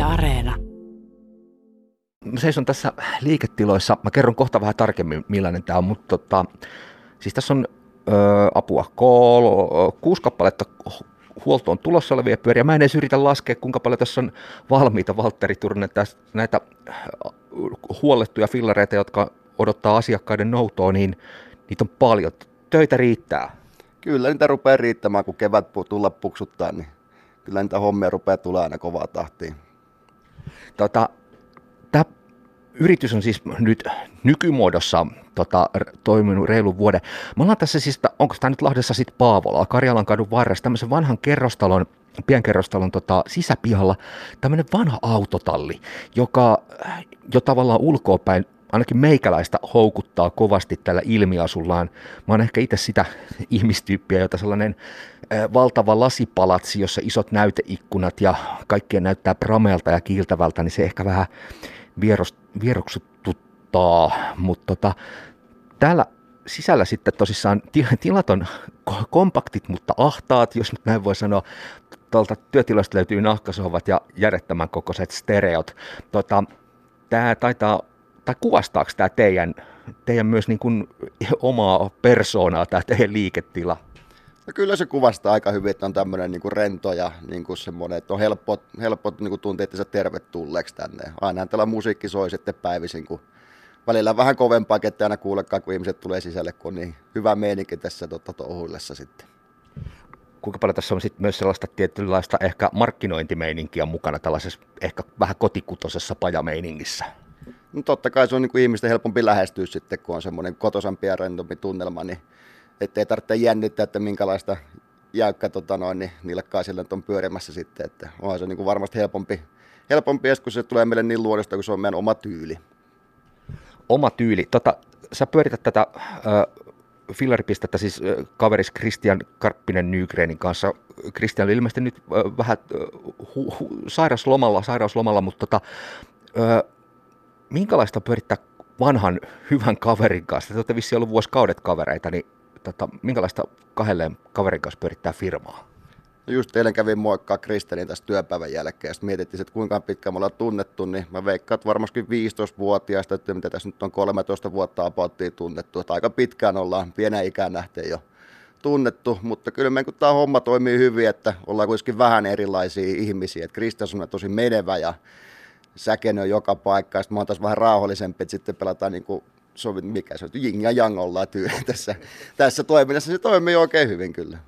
Areena. Mä seison tässä liiketiloissa. Mä kerron kohta vähän tarkemmin, millainen tää on, mutta siis tässä on apua 6 kappaletta huoltoon tulossa olevia pyöriä. Mä en edes yritä laskea, kuinka paljon tässä on valmiita Valtteri Turunen näitä huollettuja fillareita, jotka odottaa asiakkaiden noutoa, niin niitä on paljon. Töitä riittää. Kyllä niitä rupeaa riittämään, kun kevät tulla puksuttaa, niin kyllä niitä hommia rupeaa tulemaan aina kovaa tahtiin. Tämä yritys on siis nyt nykymuodossa toiminut reilun vuoden. Me ollaan tässä siis, onko tämä nyt Lahdessa sitten Paavola, Karjalankadun varressa, tämmöisen vanhan pienkerrostalon sisäpihalla, tämmöinen vanha autotalli, joka jo tavallaan ulkoapäin ainakin meikäläistä houkuttaa kovasti tällä ilmiasullaan. Mä oon ehkä itse sitä ihmistyyppiä, jota sellainen valtava lasipalatsi, jossa isot näyteikkunat ja kaikkien näyttää prameelta ja kiiltävältä, niin se ehkä vähän vieroksuttaa, mutta täällä sisällä sitten tosissaan tilat on kompaktit, mutta ahtaat, jos nyt näin voi sanoa. Tuolta työtiloista löytyy nahkasohvat ja järjettömän kokoiset stereot. Tämä taitaa, tai kuvastaako tämä teidän myös niin kuin omaa persoonaa, tämä teidän liiketila? No kyllä se kuvastaa aika hyvin, että on tämmöinen niin kuin rento ja niin kuin semmoinen, että on helppo niin kuin tuntea itsensä tervetulleeksi tänne. Ainahan täällä musiikki soi sitten päivisin, kun välillä vähän kovempaa, ettei aina kuulekaan, kun ihmiset tulee sisälle, kun on niin hyvä meininki tässä touhuillessa sitten. Kuinka paljon tässä on sitten myös sellaista tietynlaista ehkä markkinointimeininkiä mukana tällaisessa ehkä vähän kotikutoisessa pajameiningissä? No totta kai se on niin kuin ihmisten helpompi lähestyä sitten, kun on semmoinen kotosampi ja rentompi tunnelma, niin ettei tarvitse jännittää, että minkälaista jäykkä niin nilkkaa siellä on pyörimässä sitten, että onhan se niin kuin varmasti helpompi kun se tulee meille niin luonnosta, kun se on meidän oma tyyli. Oma tyyli. Sä pyörität tätä fillaripistettä siis kaveris Christian Karppinen Nygrenin kanssa. Christian oli ilmeisesti nyt vähän sairauslomalla, mutta minkälaista pyörittää vanhan hyvän kaverin kanssa? Te olette vissiin ollut vuosikaudet kavereita, niin minkälaista kahdelleen kaverin kanssa pyörittää firmaa? No just eilen kävin moikkaa Kristianin tässä työpäivän jälkeen, ja sitten mietittiin, että kuinka pitkään me ollaan tunnettu, niin mä veikkaan, että varmasti 15-vuotiaasta, että mitä tässä nyt on 13 vuotta apauttiin tunnettu, että aika pitkään ollaan pienen ikään nähteen jo tunnettu, mutta kyllä meidän kun tämä homma toimii hyvin, että ollaan kuitenkin vähän erilaisia ihmisiä, että Kristian on tosi menevä ja säkenö joka paikka, ja sitten mä oon taas vähän rauhallisempi, että sitten pelataan niin kuin mikä se on, jing ja jang ollaan tässä toiminnassa, se toimii oikein hyvin kyllä.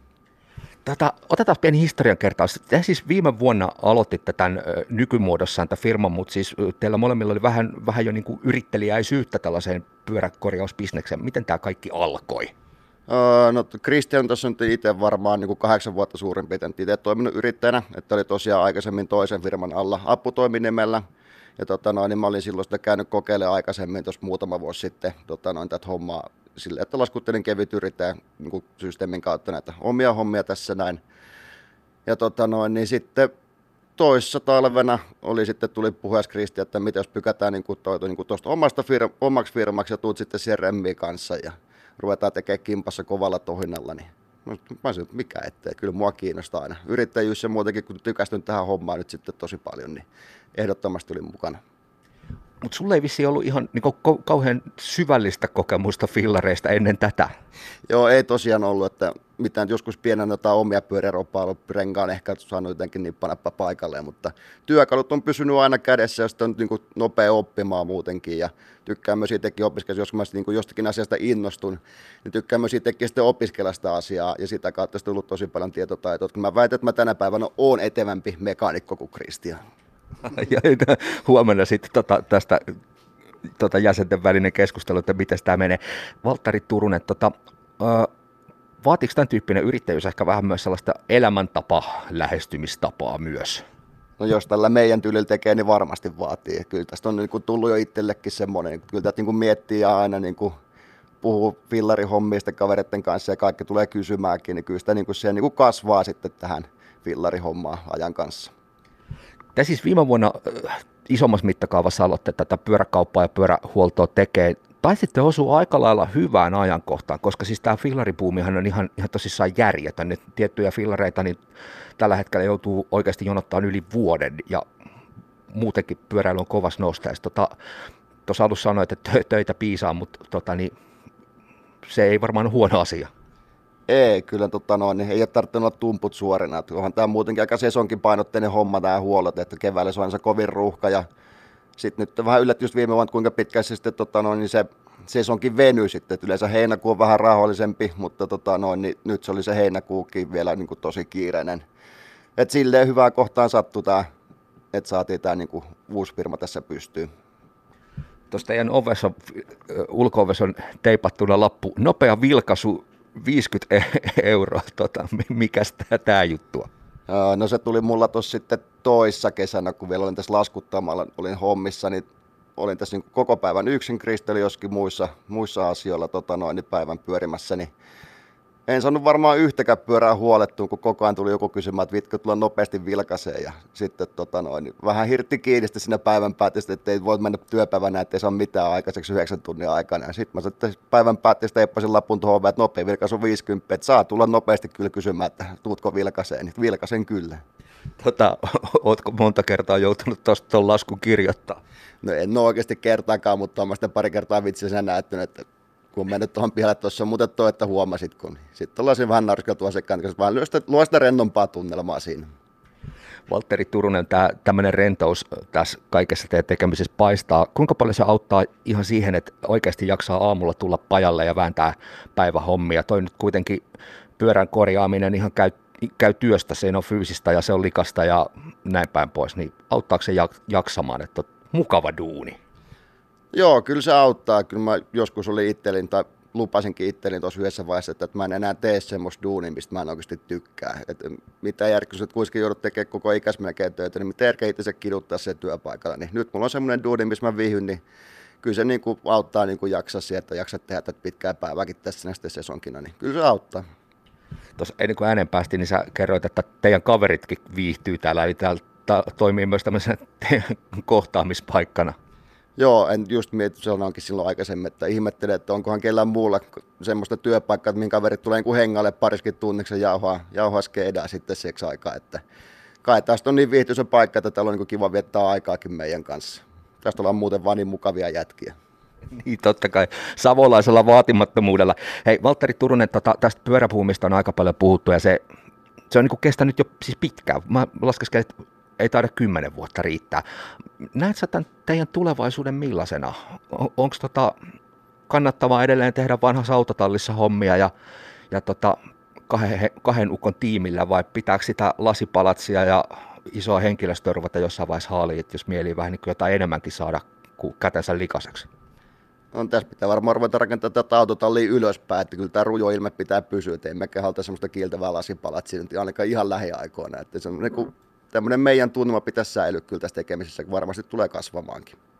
Otetaan pieni historian kertaus. Te siis viime vuonna aloititte tämän nykymuodossaan tämän firman, mutta siis teillä molemmilla oli vähän jo niin kuin yrittelijäisyyttä tällaiseen pyöräkorjausbisnekseen. Miten tämä kaikki alkoi? No Kristian tässä on itse varmaan niin kuin 8 vuotta suurin piirtein itse toiminut yrittäjänä, että oli tosiaan aikaisemmin toisen firman alla Appu-toiminimellä. Ja niin mä olin silloin sitä käynyt kokeilemaan aikaisemmin tuossa muutama vuosi sitten tätä hommaa silleen, että laskuttelin kevyt yrittäjän niin systeemin kautta näitä omia hommia tässä näin. Ja niin sitten toissa talvena tuli puheessa Kristi, että mitä jos pykätään niin tuosta omaksi firmaksi ja tuut sitten siihen remmiin kanssa ja ruvetaan tekemään kimpassa kovalla tohinnalla. Niin mä sanoin, että mikä ettei, kyllä mua kiinnostaa aina. Yrittäjyys ja muutenkin, kun tykästyn tähän hommaan nyt sitten tosi paljon, niin ehdottomasti olin mukana. Mutta sulla ei vissiin ollut ihan niin kauhean syvällistä kokemusta fillareista ennen tätä. Joo, ei tosiaan ollut, että mitään joskus pienen jotain omia pyöräropaa ollut renkaan ehkä saanut jotenkin nippanappa paikalleen, mutta työkalut on pysynyt aina kädessä ja sitten on niin kuin nopea oppimaan muutenkin ja tykkään myös itsekin opiskella, jos mä niin jostakin asiasta innostun, niin tykkään myös itsekin sitten opiskella sitä asiaa ja sitä kautta on tullut tosi paljon tietotaitoa. Mä väitän, että mä tänä päivänä oon etevämpi mekaanikko kuin Kristian. Ja huomenna sitten tästä jäsenten välinen keskustelu, että miten tämä menee. Valtteri Turunen, vaatiiko tämän tyyppinen yrittäjyys ehkä vähän myös sellaista lähestymistapaa myös? No jos tällä meidän tyylillä tekee, niin varmasti vaatii. Kyllä tästä on niin kuin tullut jo itsellekin semmoinen, kyllä tätä niin kuin miettii ja aina niin kuin puhuu fillarihommista kavereiden kanssa ja kaikki tulee kysymäänkin, niin kyllä sitä niin kuin se niin kuin kasvaa sitten tähän fillarihommaan ajan kanssa. Te siis viime vuonna isommassa mittakaavassa aloitte tätä pyöräkauppaa ja pyörähuoltoa tekee. Taisitte osua aika lailla hyvään ajankohtaan, koska siis tämä fillaribuumihan on ihan tosissaan järjetön. Nyt tiettyjä fillareita niin tällä hetkellä joutuu oikeasti jonottaa yli vuoden. Ja muutenkin pyöräily on kovassa noustaessa. Tuossa alussa sanoit, että töitä piisaa, mutta niin, se ei varmaan ole huono asia. Ei, kyllä niin ei ole tarvinnut olla tumput suorina. Että onhan tämä muutenkin aika sesonkin painotteinen homma tämä huollot, että keväällä se on se kovin ruuhka. Ja sitten nyt vähän yllätti just viime vuonna, kuinka pitkä se sitten niin se sesonkin venyi sitten. Että yleensä heinäkuu on vähän rauhallisempi, mutta niin nyt se oli se heinäkuukin vielä niin kuin tosi kiireinen. Että silleen hyvää kohtaan sattui tämä, että saatiin tämä niin kuin uusi firma tässä pystyyn. Tuossa teidän ulko-ovessa on teipattuna lappu, nopea vilkaisu, 50 euroa. Mikäs tämä juttu on? No se tuli mulla tuossa sitten toissa kesänä, kun vielä olin tässä laskuttamalla, olin hommissa, niin olin tässä niin koko päivän yksin, Kristi oli joskin muissa asioilla niin päivän pyörimässä, niin en saanut varmaan yhtäkään pyörää huolettuun, kun koko ajan tuli joku kysymään, että vitkö tulla nopeasti vilkaiseen. Ja sitten niin vähän hirtti kiinni siinä päivän päätteestä, että ei voi mennä työpäivänä, ettei saa mitään aikaiseksi 9 tunnin aikana. Ja sitten mä sitten päivän päätteestä teippasin lapun tuohon, että nopea vilkaisu 50, että saa tulla nopeasti kyllä kysymään, että tuutko vilkaiseen, niin vilkaisen kyllä. Ootko monta kertaa joutunut tuon laskun kirjoittaa? No en ole oikeasti kertaakaan, mutta olen sitten pari kertaa vitsisenä näyttänyt, että kun mennyt tuohon pihalle, tuossa on muuten toi, että huomasitko. Sitten ollaan siinä vähän narskeltu asiakkaan, koska vaan luo sitä rennompaa tunnelmaa siinä. Valtteri Turunen, tämmöinen rentous tässä kaikessa teidän tekemisessä paistaa. Kuinka paljon se auttaa ihan siihen, että oikeasti jaksaa aamulla tulla pajalle ja vääntää päivähommia? Toi nyt kuitenkin pyörän korjaaminen ihan käy työstä, se on fyysistä ja se on likasta ja näin päin pois. Niin auttaako se jaksamaan, että on mukava duuni? Joo, kyllä se auttaa. Kyllä mä joskus lupasinkin itselleni tuossa yhdessä vaiheessa, että mä en enää tee semmoista duunia, mistä mä en oikeasti tykkää. Että mitä järkeä, että kuitenkin joudut tekemään koko ikäs melkein töitä, niin mitä järkeä itse kiduttaa sen työpaikalla. Niin nyt mulla on semmoinen duuni, missä mä viihdyn, niin kyllä se niin kuin auttaa niin kuin jaksaa sieltä, että jaksat tehdä tätä pitkää päivääkin tässä näistä sesonkina, niin kyllä se auttaa. Tuossa ennen kuin ääneen päästiin, niin sä kerroit, että teidän kaveritkin viihtyy täällä, eli täällä toimii myös tämmöisenä kohtaamispaikkana. Joo, en just mietin, se onkin silloin aikaisemmin, että ihmettelen, että onkohan kellään muulla semmoista työpaikkaa, että minkä kaverit tulee niin hengalle pariskin tunniksi ja jauhaa skeidaa sitten seksi aikaa. Että kai tästä on niin viihtyisä paikka, että täällä on niin kiva viettää aikaakin meidän kanssa. Tästä ollaan muuten vaan niin mukavia jätkiä. Niin, totta kai. Savolaisella vaatimattomuudella. Hei, Valtteri Turunen, tästä pyöräpuumista on aika paljon puhuttu ja se on niin kuin kestänyt jo siis pitkään. Mä laskeskelin, että ei taida 10 vuotta riittää. Näet sä tämän teidän tulevaisuuden millaisena? Onko kannattavaa edelleen tehdä vanhassa autotallissa hommia ja kahden ukon tiimillä vai pitääkö sitä lasipalatsia ja isoa henkilöstöä ruveta jossain vaiheessa haaliin, jos mielii vähän niin kuin jotain enemmänkin saada kuin kätensä likaiseksi? Tässä pitää varmaan ruveta rakentamaan tätä autotallia ylöspäin, että kyllä tämä rujo ilme pitää pysyä, että ei mekään haluta semmoista kiiltävää lasipalatsia nyt ainakaan ihan lähiaikoina. Että tämmöinen meidän tunnelma pitäisi säilyä kyllä tässä tekemisessä, kun varmasti tulee kasvamaankin.